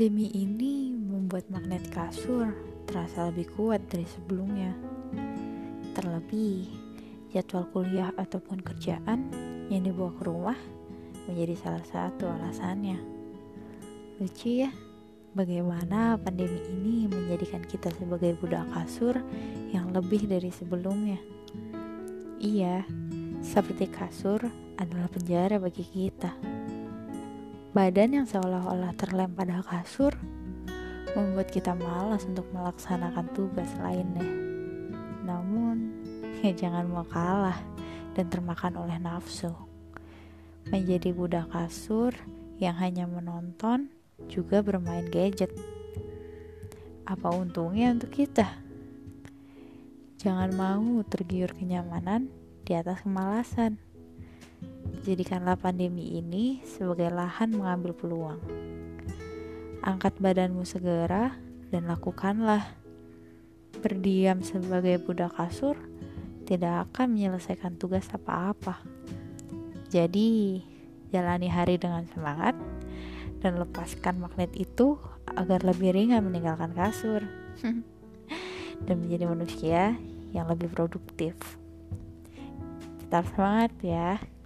Pandemi ini membuat magnet kasur terasa lebih kuat dari sebelumnya. Terlebih, jadwal kuliah ataupun kerjaan yang dibawa ke rumah menjadi salah satu alasannya. Lucu ya, bagaimana pandemi ini menjadikan kita sebagai budak kasur yang lebih dari sebelumnya. Iya, seperti kasur adalah penjara bagi kita. Badan yang seolah-olah terlem pada kasur membuat kita malas untuk melaksanakan tugas lainnya. Namun, jangan mau kalah dan termakan oleh nafsu. Menjadi budak kasur yang hanya menonton juga bermain gadget. Apa untungnya untuk kita? Jangan mau tergiur kenyamanan di atas kemalasan. Jadikanlah pandemi ini sebagai lahan mengambil peluang. Angkat badanmu segera dan lakukanlah. Berdiam sebagai budak kasur tidak akan menyelesaikan tugas apa-apa. Jadi, jalani hari dengan semangat dan lepaskan magnet itu agar lebih ringan meninggalkan kasur dan menjadi manusia yang lebih produktif. Tetap semangat ya.